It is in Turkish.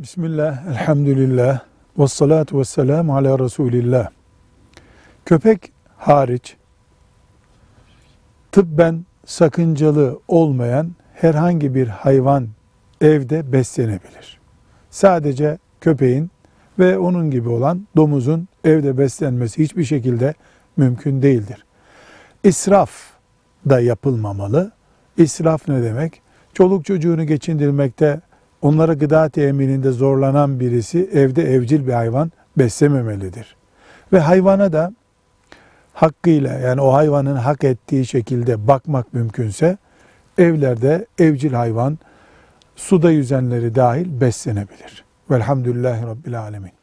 Bismillah, elhamdülillah, ve salatu ve selamu ala Resulillah. Köpek hariç, tıbben sakıncalı olmayan herhangi bir hayvan evde beslenebilir. Sadece köpeğin ve onun gibi olan domuzun evde beslenmesi hiçbir şekilde mümkün değildir. İsraf da yapılmamalı. İsraf ne demek? Çoluk çocuğunu geçindirmekte, onlara gıda temininde zorlanan birisi evde evcil bir hayvan beslememelidir. Ve hayvana da hakkıyla, yani o hayvanın hak ettiği şekilde bakmak mümkünse evlerde evcil hayvan, suda yüzenleri dahil beslenebilir. Velhamdülillahi Rabbil Alemin.